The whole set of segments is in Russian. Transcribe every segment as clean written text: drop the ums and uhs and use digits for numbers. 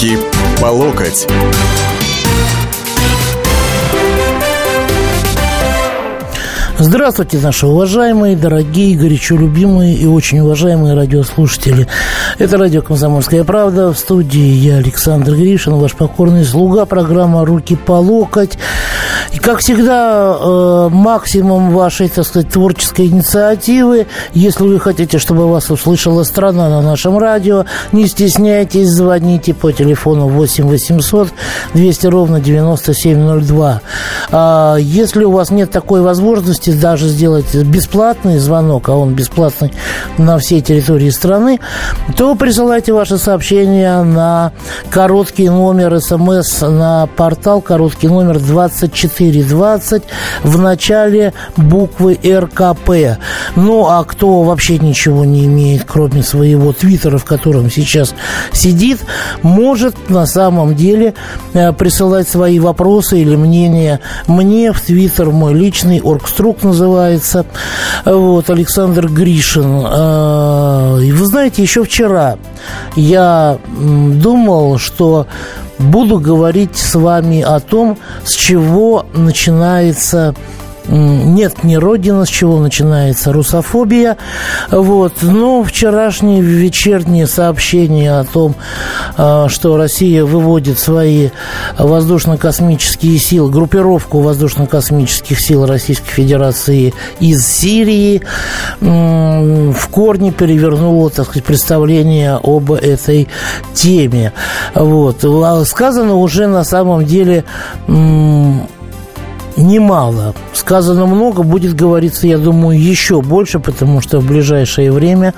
Руки по локоть. Здравствуйте, наши уважаемые, дорогие, горячо любимые и очень уважаемые радиослушатели. Это радио «Комсомольская правда». В студии я, Александр Гришин, ваш покорный слуга. Программа «Руки по локоть». И, как всегда, максимум вашей, так сказать, творческой инициативы. Если вы хотите, чтобы вас услышала страна на нашем радио, не стесняйтесь, звоните по телефону 8 800 200 ровно 9702. Если у вас нет такой возможности даже сделать бесплатный звонок, а он бесплатный на всей территории страны, то присылайте ваши сообщения на короткий номер СМС на портал, короткий номер 2420 в начале буквы РКП. Ну, а кто вообще ничего не имеет, кроме своего твиттера, в котором сейчас сидит, может на самом деле присылать свои вопросы или мнения мне в твиттер, мой личный, Оргструк называется, вот, Александр Гришин. И вы знаете, еще вчера я думал, что буду говорить с вами о том, с чего начинается... Нет, не Родина, с чего начинается русофобия. Вот. Но вчерашние вечерние сообщения о том, что Россия выводит свои воздушно-космические силы, группировку воздушно-космических сил Российской Федерации из Сирии, в корне перевернуло, так сказать, представление об этой теме. Вот. Сказано уже на самом деле... немало. Сказано много, будет говориться, я думаю, еще больше, потому что в ближайшее время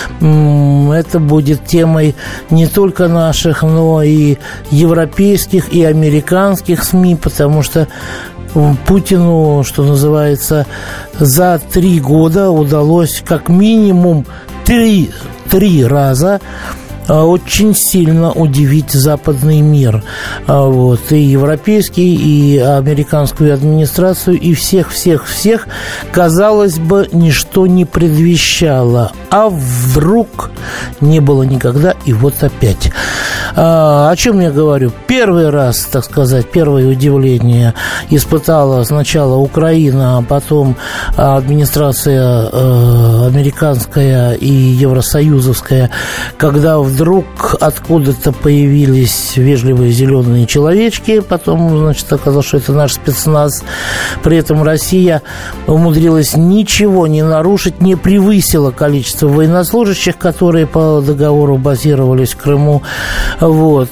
это будет темой не только наших, но и европейских, и американских СМИ, потому что Путину, что называется, за 3 года удалось как минимум 3 раза очень сильно удивить западный мир. Вот. И европейский, и американскую администрацию, и всех, казалось бы, ничто не предвещало. А вдруг не было никогда, и вот опять. О чем я говорю? Первый раз, так сказать, первое удивление испытала сначала Украина, а потом администрация американская и евросоюзовская, когда вдруг откуда-то появились вежливые зеленые человечки, потом, значит, оказалось, что это наш спецназ. При этом Россия умудрилась ничего не нарушить, не превысила количество военнослужащих, которые по договору базировались в Крыму. Вот.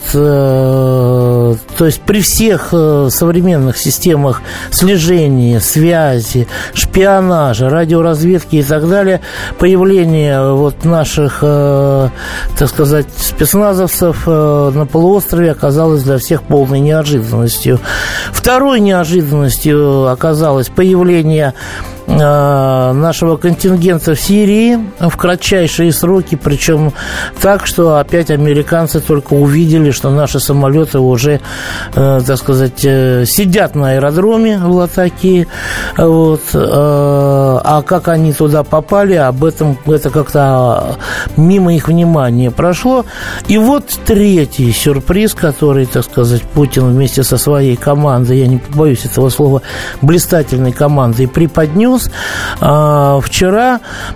То есть при всех современных системах слежения, связи, шпионажа, радиоразведки и так далее, появление вот наших, так сказать, спецназовцев на полуострове оказалось для всех полной неожиданностью. Второй неожиданностью оказалось появление нашего контингента в Сирии в кратчайшие сроки, причем так, что опять американцы только увидели, что наши самолеты уже, так сказать, сидят на аэродроме в Латакии. Вот. А как они туда попали, об этом это как-то мимо их внимания прошло. И вот третий сюрприз, который, так сказать, Путин вместе со своей командой, я не побоюсь этого слова, блистательной командой преподнес вчера.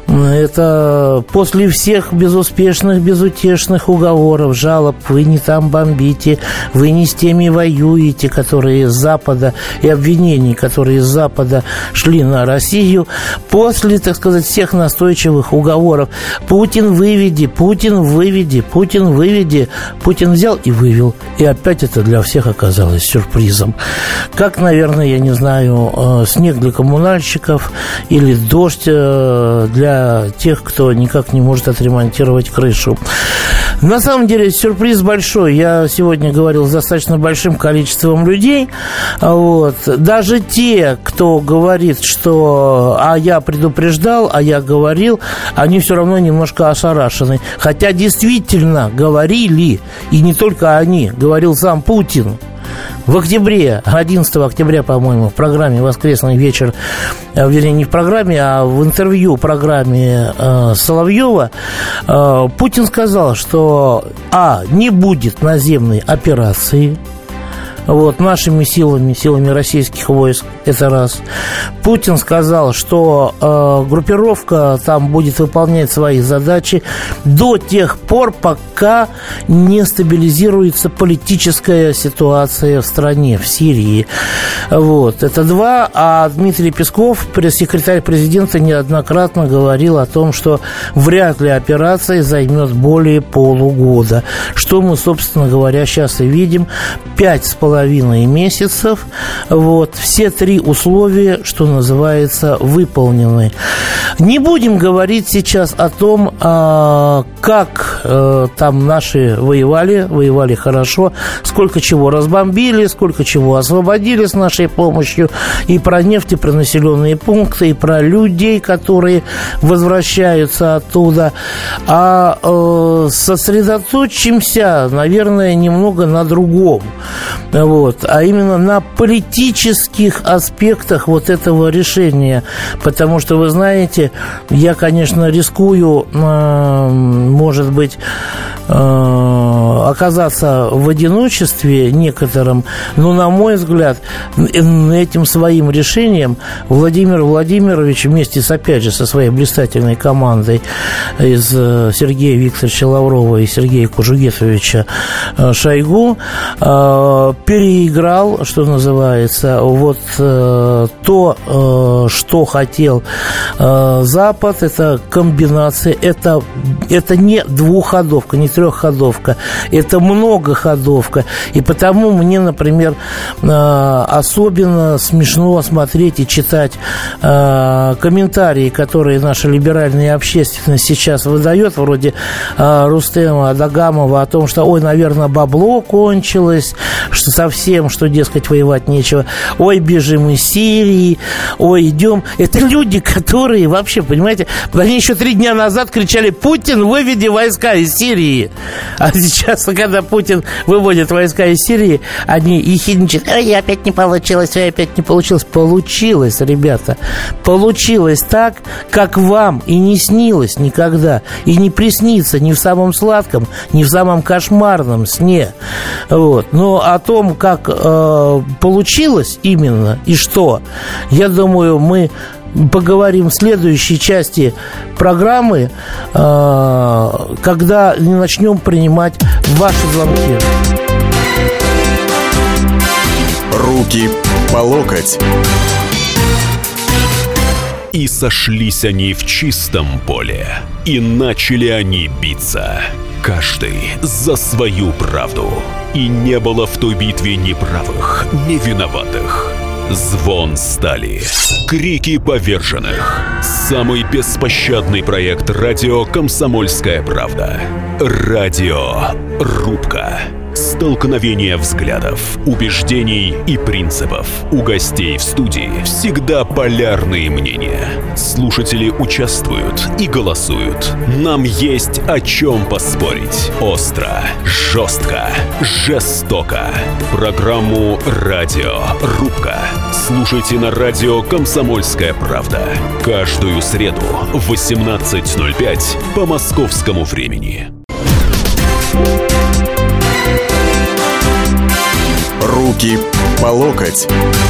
Это после всех безуспешных, безутешных уговоров, жалоб, вы не там бомбите, вы не с теми воюете, которые из Запада, и обвинений, которые из Запада шли на Россию, после, так сказать, всех настойчивых уговоров: Путин выведи, Путин выведи, Путин выведи, Путин взял и вывел. И опять это для всех оказалось сюрпризом. Как, наверное, я не знаю, снег для коммунальщиков или дождь для тех, кто никак не может отремонтировать крышу. На самом деле сюрприз большой. Я сегодня говорил с достаточно большим количеством людей. Вот. Даже те, кто говорит, что «а я предупреждал», «а я говорил», они все равно немножко ошарашены. Хотя действительно говорили, и не только они, говорил сам Путин. в октябре, 11 октября, по-моему, в программе «Воскресный вечер», вернее, не в программе, а в интервью программе Соловьева, Путин сказал, что не будет наземной операции нашими силами российских войск, это раз. Путин сказал, что группировка там будет выполнять свои задачи до тех пор, пока не стабилизируется политическая ситуация в стране, в Сирии. Это два. А Дмитрий Песков, пресс-секретарь президента, неоднократно говорил о том, что вряд ли операция займет более полугода. Что мы, собственно говоря, сейчас и видим. 5,5 месяцев. Все три условия, что называется, выполнены. Не будем говорить сейчас о том, как там наши воевали хорошо, сколько чего разбомбили, сколько чего освободили с нашей помощью, и про нефть, и про населенные пункты, и про людей, которые возвращаются оттуда. Сосредоточимся, наверное, немного на другом. А именно на политических аспектах этого решения. Потому что, вы знаете, я, конечно, рискую, может быть, оказаться в одиночестве некотором, но, на мой взгляд, этим своим решением Владимир Владимирович вместе опять же, со своей блистательной командой из Сергея Викторовича Лаврова и Сергея Кужугетовича Шойгу переиграл, что называется, то, что хотел Запад, это комбинация, это не двухходовка, не трехходовка, это многоходовка. И потому мне, например, особенно смешно смотреть и читать комментарии, которые наша либеральная общественность сейчас выдает, вроде Рустема Адагамова, о том, что, наверное, бабло кончилось, что совсем, что, дескать, воевать нечего. Бежим из Сирии, идем. Это люди, которые вообще, понимаете, они еще 3 дня назад кричали: Путин, выведи войска из Сирии. А сейчас, когда Путин выводит войска из Сирии, они ехидничают: опять не получилось, опять не получилось. Получилось, ребята. Получилось так, как вам и не снилось никогда. И не приснится ни в самом сладком, ни в самом кошмарном сне. Но о том, как получилось именно и что, я думаю, мы поговорим в следующей части программы, когда начнем принимать ваши звонки. Руки по локоть. И сошлись они в чистом поле, и начали они биться, каждый за свою правду. И не было в той битве ни правых, ни виноватых. Звон стали, крики поверженных. Самый беспощадный проект радио «Комсомольская правда». Радиорубка. Столкновение взглядов, убеждений и принципов. У гостей в студии всегда полярные мнения. Слушатели участвуют и голосуют. Нам есть о чем поспорить. Остро, жестко, жестоко. Программу «Радиорубка» слушайте на радио «Комсомольская правда». Каждую среду в 18:05 по московскому времени. Руки по локоть.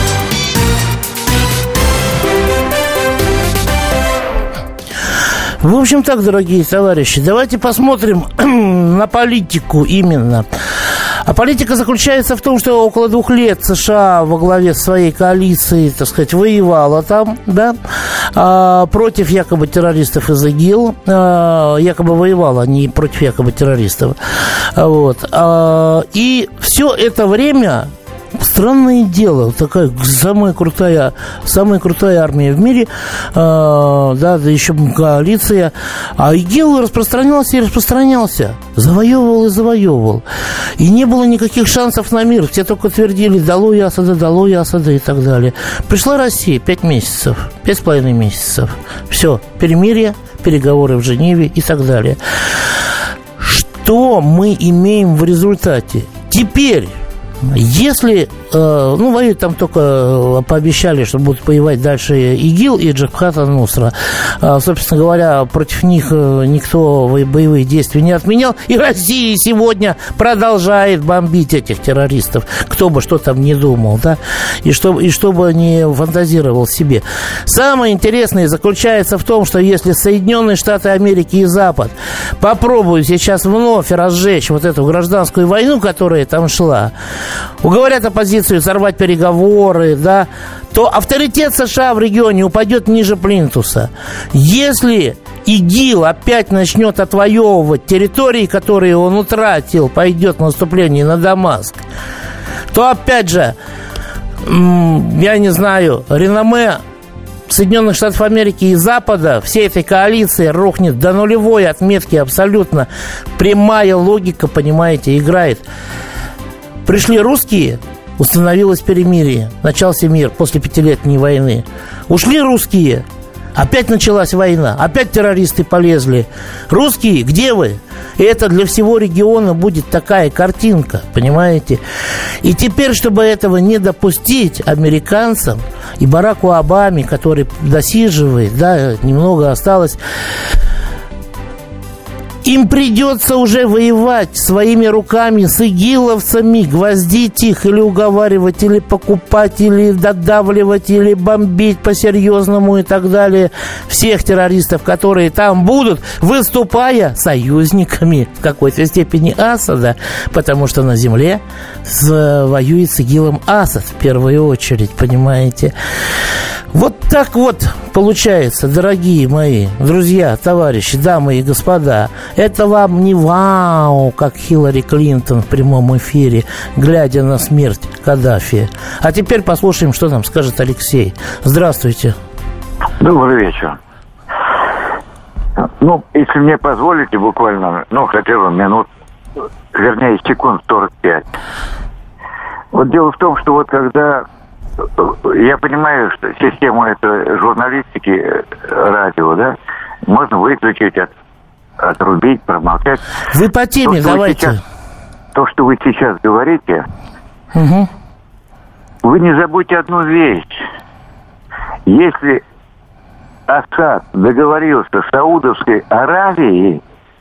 В общем так, дорогие товарищи, давайте посмотрим на политику именно. А политика заключается в том, что около 2 лет США во главе своей коалиции, так сказать, воевала там, да, против якобы террористов из ИГИЛ, якобы воевала, а не против якобы террористов. И все это время... Странное дело, такая самая крутая армия в мире, да еще коалиция, а ИГИЛ распространялся, завоевывал, и не было никаких шансов на мир, все только твердили: долой Асада и так далее. Пришла Россия, 5,5 месяцев, все, перемирие, переговоры в Женеве и так далее. Что мы имеем в результате? Теперь Если, воюют там только пообещали, что будут воевать дальше ИГИЛ и Джабхат ан-Нусра. Собственно говоря, против них никто боевые действия не отменял. И Россия сегодня продолжает бомбить этих террористов. Кто бы что там не думал, да? И чтобы не фантазировал себе. Самое интересное заключается в том, что если Соединенные Штаты Америки и Запад попробуют сейчас вновь разжечь вот эту гражданскую войну, которая там шла, уговорят оппозицию сорвать переговоры, да, то авторитет США в регионе упадет ниже плинтуса. Если ИГИЛ опять начнет отвоевывать территории, которые он утратил, пойдет наступление на Дамаск, то опять же, я не знаю, реноме Соединенных Штатов Америки и Запада, всей этой коалиции рухнет до нулевой отметки абсолютно. Прямая логика, понимаете, играет. Пришли русские, установилось перемирие, начался мир после 5-летней войны. Ушли русские, опять началась война, опять террористы полезли. Русские, где вы? И это для всего региона будет такая картинка, понимаете? И теперь, чтобы этого не допустить американцам и Бараку Обаме, который досиживает, да, немного осталось, им придется уже воевать своими руками с игиловцами, гвоздить их или уговаривать, или покупать, или додавливать, или бомбить по-серьезному и так далее. Всех террористов, которые там будут, выступая союзниками в какой-то степени Асада, потому что на земле воюет с ИГИЛом Асад в первую очередь, понимаете? Вот так вот получается, дорогие мои друзья, товарищи, дамы и господа. Это вам не вау, как Хиллари Клинтон в прямом эфире, глядя на смерть Каддафи. А теперь послушаем, что нам скажет Алексей. Здравствуйте. Добрый вечер. Если мне позволите, буквально, хотя бы минут, вернее, секунд 45. Вот дело в том, что вот когда... Я понимаю, что систему этой журналистики, радио, да, можно выключить, отрубить, промолчать. Вы по теме давайте. То, что вы сейчас говорите, вы не забудьте одну вещь. Если Асад договорился с Саудовской Аравией,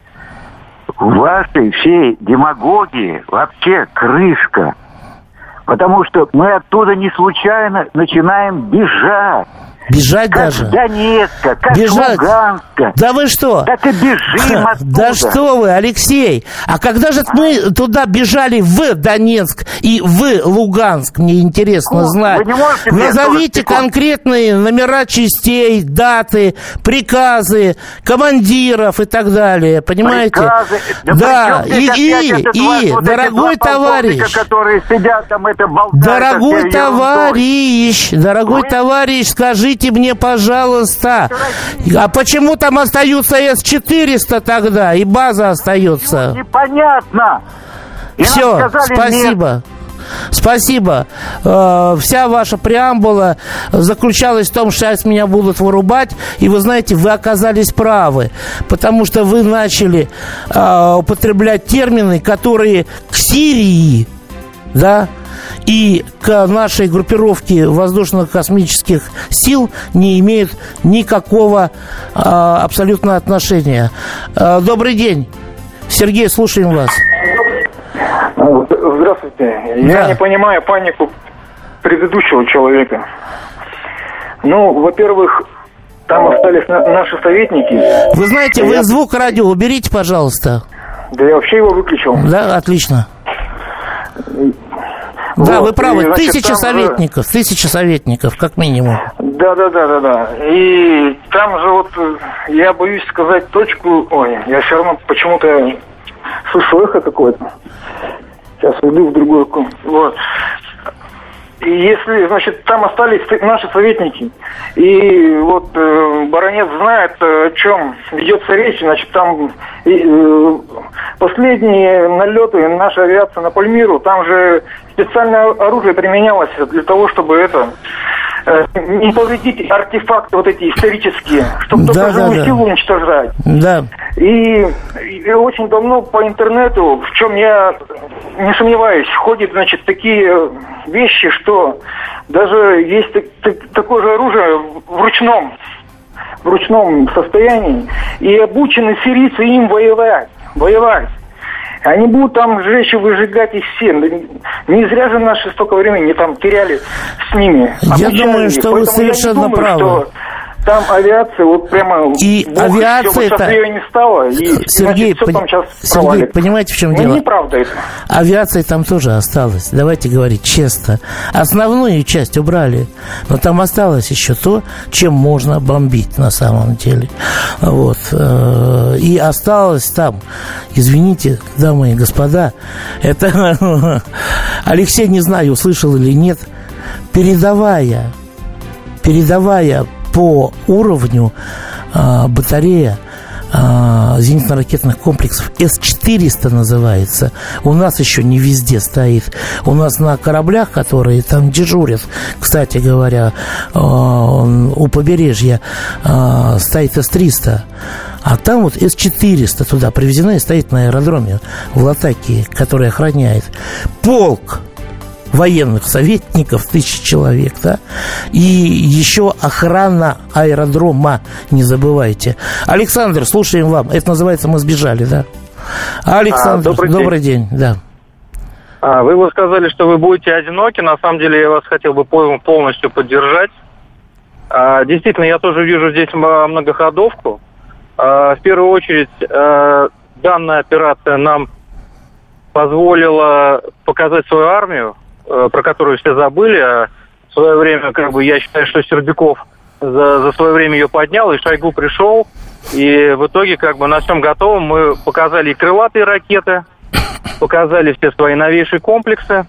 вашей всей демагогии вообще крышка. Потому что мы оттуда не случайно начинаем бежать. Бежать как даже? С Донецка, как бежать? С Луганска. Да вы что? Так и бежим оттуда. Да что вы, Алексей? А когда же мы туда бежали в Донецк и в Луганск? Мне интересно знать. Вы не можете Назовите конкретные номера частей, даты, приказы, командиров и так далее. Понимаете? Приказы. Да. И дорогой товарищ. Которые сидят там, это болтают. Дорогой товарищ, скажите мне, пожалуйста, а почему там остаются С-400 тогда, и база остается? Непонятно. Все, спасибо. Нет. Спасибо. Вся ваша преамбула заключалась в том, что сейчас меня будут вырубать, и вы знаете, вы оказались правы, потому что вы начали употреблять термины, которые к Сирии, да, и к нашей группировке воздушно-космических сил не имеют никакого абсолютно отношения. Добрый день. Сергей, слушаем вас. Здравствуйте. Да. Я не понимаю панику предыдущего человека. Во-первых, там остались наши советники. Вы знаете, вы звук радио уберите, пожалуйста. Да я вообще его выключил. Да, отлично. Да, вы правы, тысяча советников, как минимум. Да. И там же я боюсь сказать точку, я все равно почему-то слышу эхо какое-то. Сейчас уйду в другую комнату. И если, там остались наши советники, и баронец знает, о чем ведется речь, там последние налеты нашей авиации на Пальмиру, там же специальное оружие применялось для того, чтобы не повредить артефакты эти исторические, чтобы только живую силу уничтожать. Да. И и очень давно по интернету, в чем я не сомневаюсь, ходят, значит, такие вещи, что даже есть такое же оружие в ручном состоянии, и обучены сирийцы им воевать. Они будут там сжечь и выжигать их все. Не зря же наши столько времени там теряли с ними. Я думаю, что вы совершенно правы. Там авиация вот прямо... И авиация это... ее не стало, и Сергей, Сергей, понимаете, в чем дело? Неправда это. Авиация там тоже осталась, давайте говорить честно. Основную часть убрали, но там осталось еще то, чем можно бомбить на самом деле. Вот. И осталось там, извините, дамы и господа, это Алексей, не знаю, услышал или нет, передовая по уровню батарея зенитно-ракетных комплексов С-400 называется. У нас еще не везде стоит. У нас на кораблях, которые там дежурят, кстати говоря, у побережья стоит С-300. А там вот С-400 туда привезена и стоит на аэродроме в Латакии, который охраняет полк военных советников, 1000 человек, да, и еще охрана аэродрома, не забывайте. Александр, слушаем вам. Это называется «Мы сбежали», да? Александр, добрый день. Да. Вы сказали, что вы будете одиноки. На самом деле я вас хотел бы полностью поддержать. Действительно, я тоже вижу здесь многоходовку. В первую очередь, данная операция нам позволила показать свою армию, про которую все забыли. А в свое время, я считаю, что Сердюков за свое время ее поднял, и Шойгу пришел. И в итоге, на всем готовом мы показали и крылатые ракеты, показали все свои новейшие комплексы.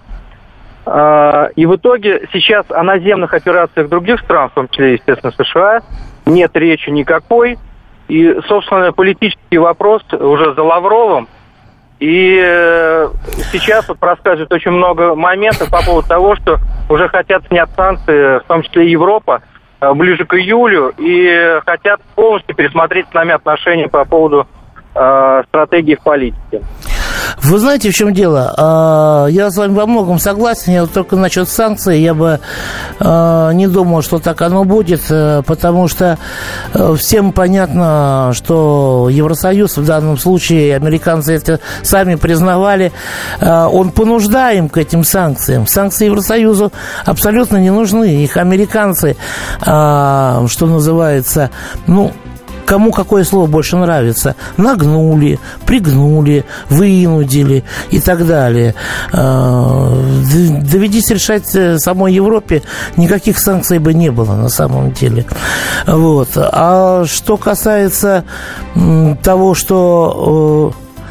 И в итоге сейчас о наземных операциях других стран, в том числе, естественно, США, нет речи никакой. И, собственно, политический вопрос уже за Лавровым. И сейчас рассказывают очень много моментов по поводу того, что уже хотят снять санкции, в том числе Европа, ближе к июлю, и хотят полностью пересмотреть с нами отношения по поводу стратегии в политике. Вы знаете, в чем дело? Я с вами во многом согласен. Я вот только насчет санкций я бы не думал, что так оно будет, потому что всем понятно, что Евросоюз, в данном случае американцы это сами признавали, он понуждаем к этим санкциям. Санкции Евросоюзу абсолютно не нужны. Их американцы, что называется, кому какое слово больше нравится, нагнули, пригнули, вынудили и так далее. Доведись решать самой Европе, никаких санкций бы не было на самом деле. Вот. А что касается того, что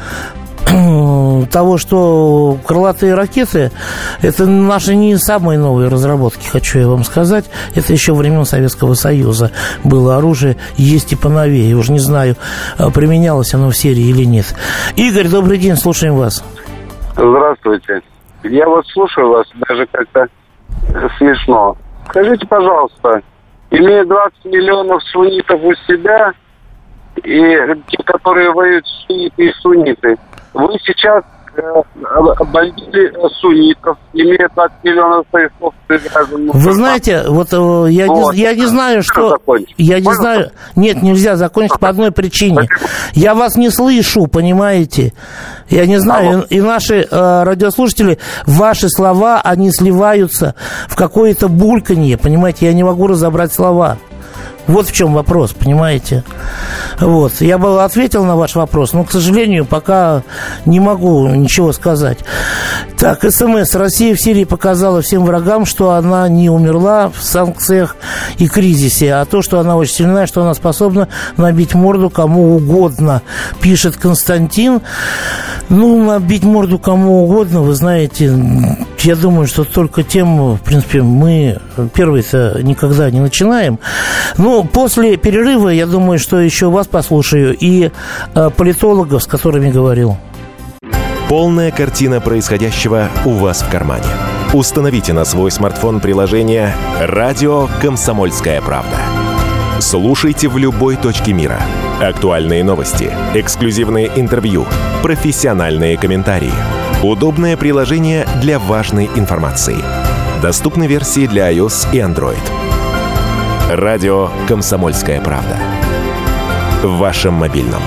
крылатые ракеты, это наши не самые новые разработки, хочу я вам сказать. Это еще времен Советского Союза было оружие, есть и поновее. Уж не знаю, применялось оно в Сирии или нет. Игорь, добрый день, слушаем вас. Здравствуйте. Я вот слушаю вас, даже как-то смешно. Скажите, пожалуйста, имея 20 миллионов суннитов у себя, и те, которые воюют шииты и сунниты, вы сейчас бомбили суннитов, имея 20 миллионов своих собственных граждан. Вы знаете, я не знаю, что... Я не знаю... Нет, нельзя закончить по одной причине. Я вас не слышу, понимаете? Я не знаю, и наши радиослушатели, ваши слова, они сливаются в какое-то бульканье, понимаете? Я не могу разобрать слова. Вот в чем вопрос, понимаете? Вот. Я бы ответил на ваш вопрос, но, к сожалению, пока не могу ничего сказать. Так, СМС. Россия в Сирии показала всем врагам, что она не умерла в санкциях и кризисе, а то, что она очень сильная, что она способна набить морду кому угодно, пишет Константин. Набить морду кому угодно, вы знаете, я думаю, что только тем, в принципе, мы первые-то никогда не начинаем. После перерыва, я думаю, что еще вас послушаю и политологов, с которыми говорил. Полная картина происходящего у вас в кармане. Установите на свой смартфон приложение «Радио Комсомольская правда». Слушайте в любой точке мира. Актуальные новости, эксклюзивные интервью, профессиональные комментарии. Удобное приложение для важной информации. Доступны версии для iOS и Android. Радио «Комсомольская правда». В вашем мобильном.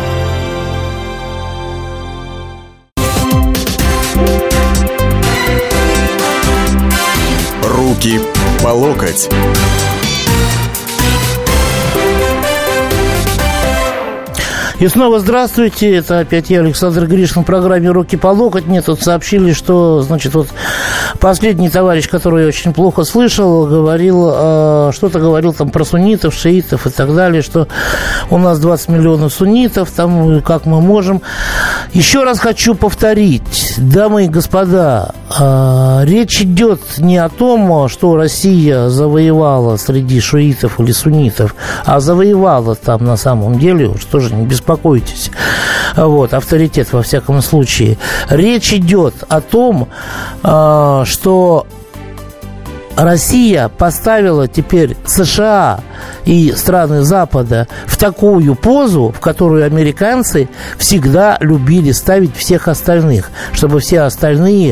Руки по локоть. И снова здравствуйте, это опять я, Александр Гришин, в программе «Руки по локоть». Мне тут сообщили, что, значит, вот последний товарищ, который я очень плохо слышал, говорил, что-то говорил там про суннитов, шиитов и так далее, что у нас 20 миллионов суннитов, там как мы можем. Еще раз хочу повторить, дамы и господа, речь идет не о том, что Россия завоевала среди шиитов или суннитов, а завоевала там на самом деле, что же, не беспокойтесь, вот, авторитет во всяком случае. Речь идет о том, что Россия поставила теперь США и страны Запада в такую позу, в которую американцы всегда любили ставить всех остальных, чтобы все остальные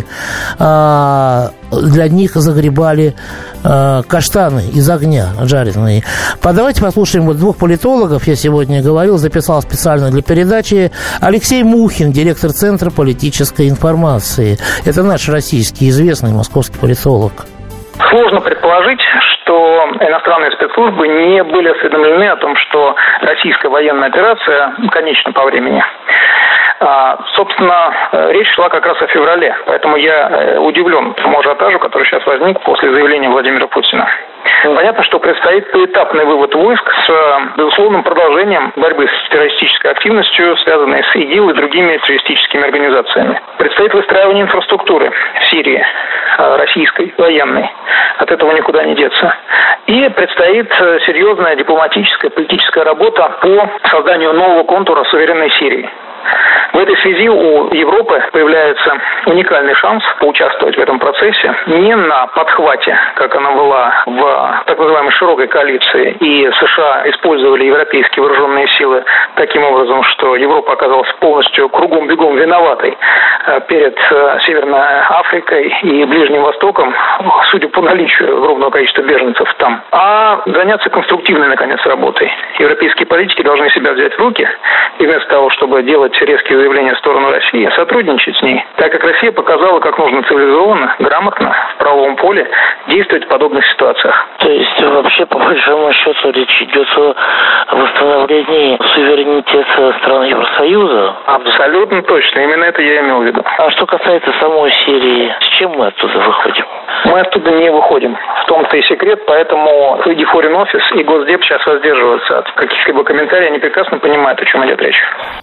для них загребали каштаны из огня жареные. Давайте послушаем вот двух политологов. Я сегодня говорил, записал специально для передачи. Алексей Мухин, директор Центра политической информации. Это наш российский известный московский политолог. Сложно предположить, что иностранные спецслужбы не были осведомлены о том, что российская военная операция конечна по времени. Собственно, речь шла как раз о феврале, поэтому я удивлен тому ажиотажу, который сейчас возник после заявления Владимира Путина. Понятно, что предстоит поэтапный вывод войск с безусловным продолжением борьбы с террористической активностью, связанной с ИГИЛ и другими террористическими организациями. Предстоит выстраивание инфраструктуры в Сирии, российской, военной. От этого никуда не деться. И предстоит серьезная дипломатическая, политическая работа по созданию нового контура суверенной Сирии. В этой связи у Европы появляется уникальный шанс поучаствовать в этом процессе не на подхвате, как она была в так называемой широкой коалиции, и США использовали европейские вооруженные силы таким образом, что Европа оказалась полностью кругом-бегом виноватой перед Северной Африкой и Ближним Востоком, судя по наличию огромного количества беженцев там, а заняться конструктивной, наконец, работой. Европейские политики должны себя взять в руки и вместо того, чтобы делать резкие заявления в сторону России, сотрудничать с ней, так как Россия показала, как нужно цивилизованно, грамотно, в правовом поле действовать в подобных ситуациях. То есть вообще, по большому счету, речь идет о восстановлении суверенитета стран Евросоюза? Абсолютно точно, именно это я имел в виду. А что касается самой Сирии, с чем мы оттуда выходим? Мы оттуда не выходим. В том-то и секрет, поэтому и Foreign Office, и Госдеп сейчас воздерживаются от каких-либо комментариев, они прекрасно понимают, о чем идет речь.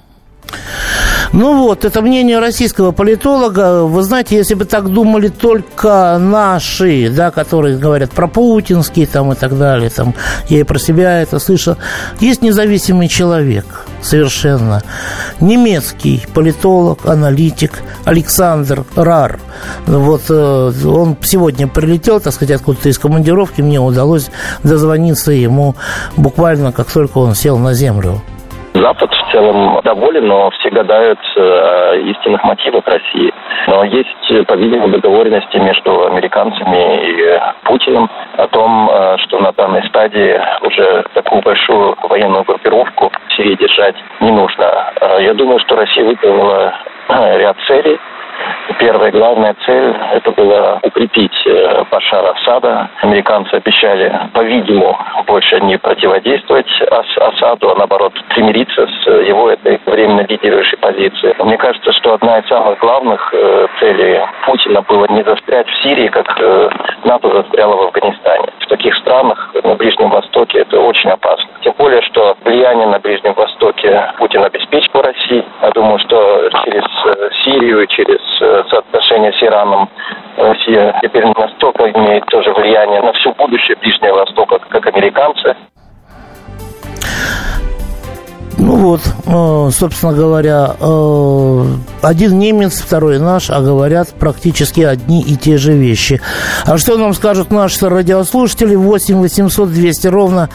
Ну вот, это мнение российского политолога. Вы знаете, если бы так думали только наши, да, которые говорят про путинские там и так далее, там, я и про себя это слышал. Есть независимый человек, совершенно. Немецкий политолог, аналитик Александр Рар. Вот он сегодня прилетел, так сказать, откуда-то из командировки. Мне удалось дозвониться ему буквально, как только он сел на землю. Запад в целом доволен, но все гадают о истинных мотивах России. Но есть, по-видимому, договоренности между американцами и Путиным о том, что на данной стадии уже такую большую военную группировку в Сирии держать не нужно. Я думаю, что Россия выполнила ряд целей. Первая главная цель – это было укрепить Башара Асада. Американцы обещали, по-видимому, больше не противодействовать Асаду, а наоборот примириться с его этой временно лидирующей позицией. Мне кажется, что одна из самых главных целей Путина было не застрять в Сирии, как НАТО застряло в Афганистане. В таких странах на Ближнем Востоке это очень опасно. Тем более, что влияние на Ближнем Востоке Путин обеспечил России. Я думаю, что через Сирию, через соотношения с Ираном Россия теперь настолько имеет тоже влияние на все будущее Ближнего Востока, как американцы. Ну вот, собственно говоря, один немец, второй наш, а говорят практически одни и те же вещи. А что нам скажут наши радиослушатели? 8 800 200 ровно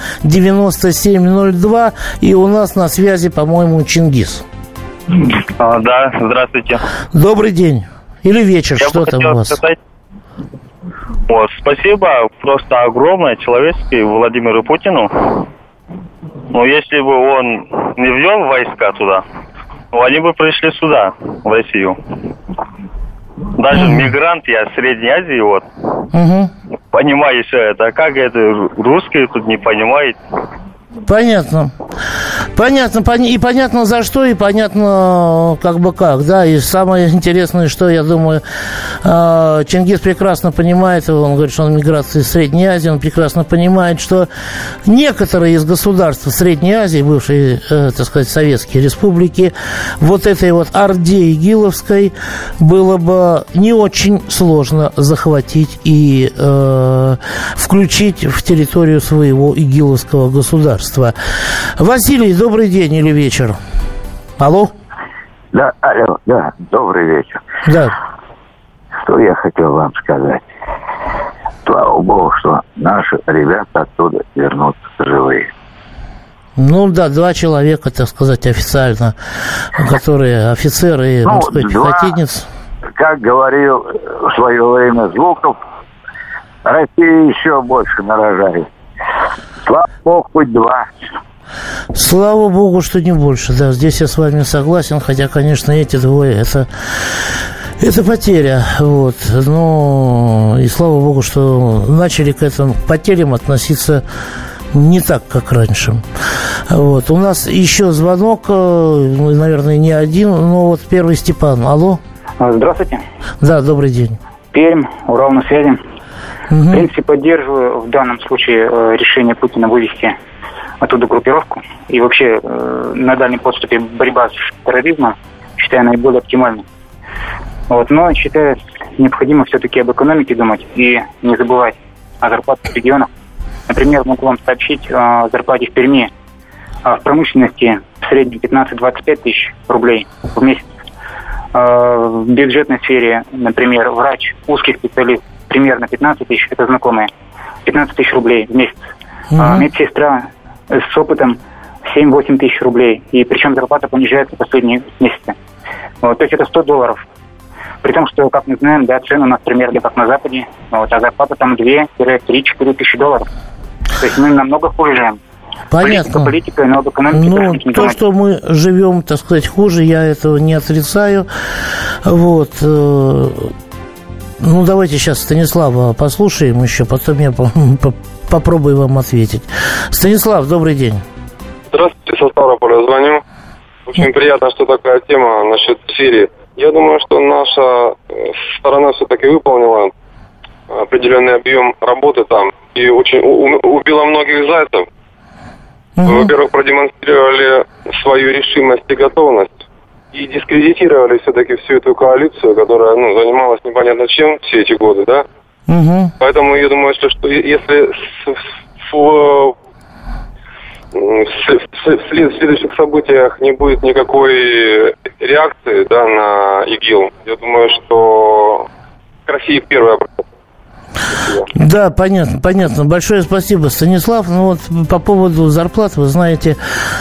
9702. И у нас на связи, по-моему, Чингис. Да, здравствуйте. Добрый день. Или вечер, что там у вас? Вот, спасибо просто огромное человечески Владимиру Путину. Но если бы он не ввел войска туда, они бы пришли сюда, в Россию. Даже мигрант, я с Средней Азии, вот, понимаю все это. А как это русские тут не понимают? Понятно. Понятно. И понятно за что, и понятно как бы как, да. И самое интересное, что, я думаю, Чингис прекрасно понимает, он говорит, что он миграция из Средней Азии, он прекрасно понимает, что некоторые из государств Средней Азии, бывшие, так сказать, советские республики, вот этой вот орде игиловской было бы не очень сложно захватить и включить в территорию своего игиловского государства. Василий, добрый день или вечер. Алло? Да, алло, да, добрый вечер. Да. Что я хотел вам сказать? Слава Богу, что наши ребята оттуда вернутся живые. Ну да, 2 человека, так сказать, официально, которые офицеры и морской пехотинец. Как говорил в свое время Жуков, Россия еще больше нарожает. Слава Богу, хоть 2. Слава Богу, что не больше, да, здесь я с вами согласен, хотя, конечно, эти 2, это потеря, вот, но и слава Богу, что начали к этим потерям относиться не так, как раньше. Вот, у нас еще звонок, наверное, не один, но вот первый Степан. Алло? Здравствуйте. Да, добрый день. Пермь, Урал на связи. В принципе, поддерживаю в данном случае решение Путина вывести оттуда группировку. И вообще на дальнем подступе борьба с терроризмом считаю наиболее оптимальной. Вот. Но считаю, необходимо все-таки об экономике думать и не забывать о зарплатах в регионах. Например, могу вам сообщить о зарплате в Перми. В промышленности в среднем 15-25 тысяч рублей в месяц. В бюджетной сфере, например, врач, узкий специалист, примерно 15 тысяч, это знакомые, 15 тысяч рублей в месяц. Медсестра с опытом 7-8 тысяч рублей. И причем зарплата понижается последние месяцы. Вот, то есть это $100. При том, что, как мы знаем, да, цены у нас примерно как на Западе, вот, а зарплата там 2-3-4 тысячи долларов. То есть мы намного хуже живем. Понятно. Политика, но об экономике ну, то, что мы живем, так сказать, хуже, я этого не отрицаю. Вот. Ну, давайте сейчас Станислава послушаем еще, потом я попробую вам ответить. Станислав, добрый день. Здравствуйте, со Ставрополя звоню. Очень приятно, что такая тема насчет Сирии. Я думаю, что наша сторона все-таки выполнила определенный объем работы там и очень убила многих зайцев. Во-первых, продемонстрировали свою решимость и готовность и дискредитировали все-таки всю эту коалицию, которая занималась непонятно чем все эти годы, да? Поэтому я думаю, что если в следующих событиях не будет никакой реакции, да, на ИГИЛ, я думаю, что к России первая. Да, понятно. Большое спасибо, Станислав. Ну вот по поводу зарплат, вы знаете,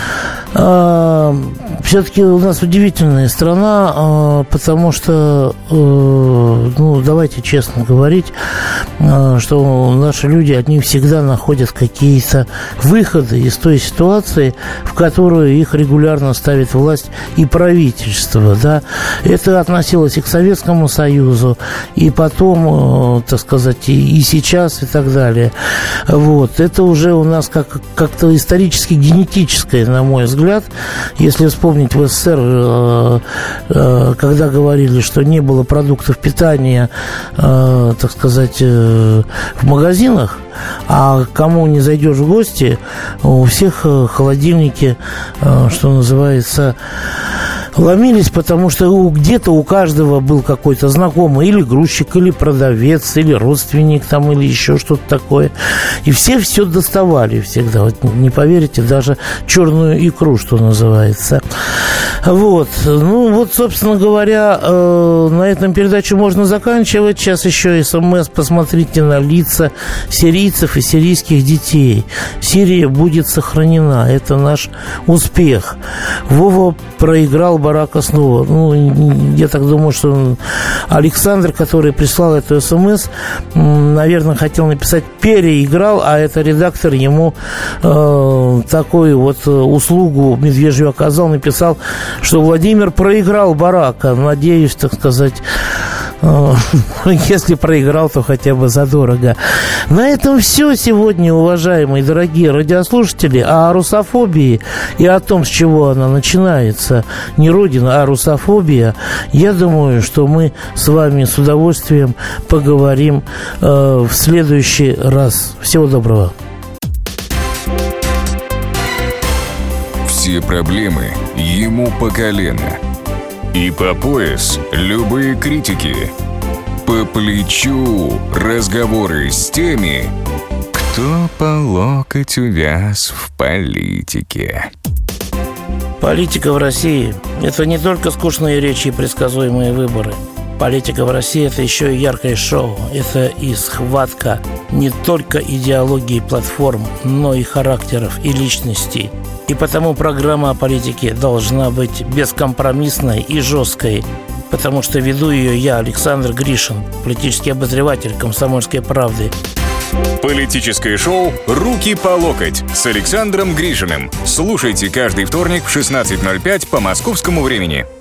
все-таки у нас удивительная страна, потому что, давайте честно говорить, что наши люди, они всегда находят какие-то выходы из той ситуации, в которую их регулярно ставит власть и правительство, да. Это относилось и к Советскому Союзу, и потом, так сказать, и сейчас, и так далее. Вот. Это уже у нас как-то исторически генетическое, на мой взгляд. Если вспомнить в СССР, когда говорили, что не было продуктов питания, так сказать, в магазинах, а кому не зайдешь в гости, у всех холодильники, что называется, Ломились, потому что где-то у каждого был какой-то знакомый, или грузчик, или продавец, или родственник там, или еще что-то такое. И все доставали всегда. Вот не поверите, даже черную икру, что называется. Вот. Ну, вот, собственно говоря, на этом передачу можно заканчивать. Сейчас еще СМС. Посмотрите на лица сирийцев и сирийских детей. Сирия будет сохранена. Это наш успех. Вова проиграл Барака снова. Ну, я так думаю, что Александр, который прислал эту СМС, наверное, хотел написать «переиграл», а это редактор ему такую вот услугу медвежью оказал, написал, что Владимир проиграл Барака. Надеюсь, так сказать, если проиграл, то хотя бы задорого. На этом все сегодня, уважаемые дорогие радиослушатели. А о русофобии и о том, с чего она начинается, не Родина, а русофобия, я думаю, что мы с вами с удовольствием поговорим в следующий раз. Всего доброго. Все проблемы ему по колено. И по пояс любые критики. По плечу разговоры с теми, кто по локоть увяз в политике. Политика в России – это не только скучные речи и предсказуемые выборы. Политика в России – это еще и яркое шоу. Это и схватка не только идеологии платформ, но и характеров и личностей. И потому программа о политике должна быть бескомпромиссной и жесткой, потому что веду ее я, Александр Гришин, политический обозреватель «Комсомольской правды». Политическое шоу «Руки по локоть» с Александром Гришиным. Слушайте каждый вторник в 16:05 по московскому времени.